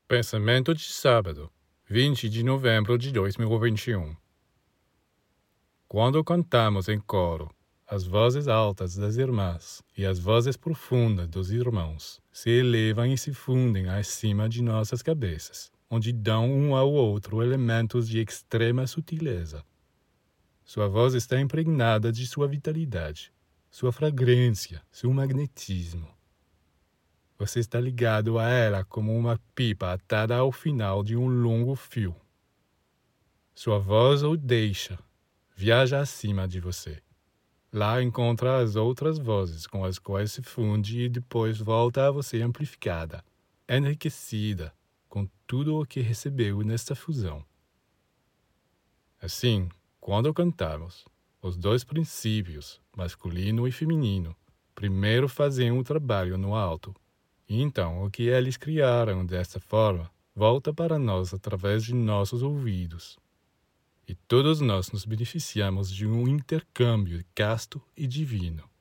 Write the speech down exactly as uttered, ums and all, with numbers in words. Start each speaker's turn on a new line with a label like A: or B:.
A: Pensamento de sábado, vinte de novembro de dois mil e vinte e um. Quando cantamos em coro, as vozes altas das irmãs e as vozes profundas dos irmãos se elevam e se fundem acima de nossas cabeças, onde dão um ao outro elementos de extrema sutileza. Sua voz está impregnada de sua vitalidade, sua fragrância, seu magnetismo. Você está ligado a ela como uma pipa atada ao final de um longo fio. Sua voz o deixa, viaja acima de você. Lá encontra as outras vozes com as quais se funde e depois volta a você amplificada, enriquecida com tudo o que recebeu nesta fusão. Assim, quando cantamos, os dois princípios, masculino e feminino, primeiro fazem um trabalho no alto. E então, o que eles criaram desta forma volta para nós através de nossos ouvidos. E todos nós nos beneficiamos de um intercâmbio casto e divino.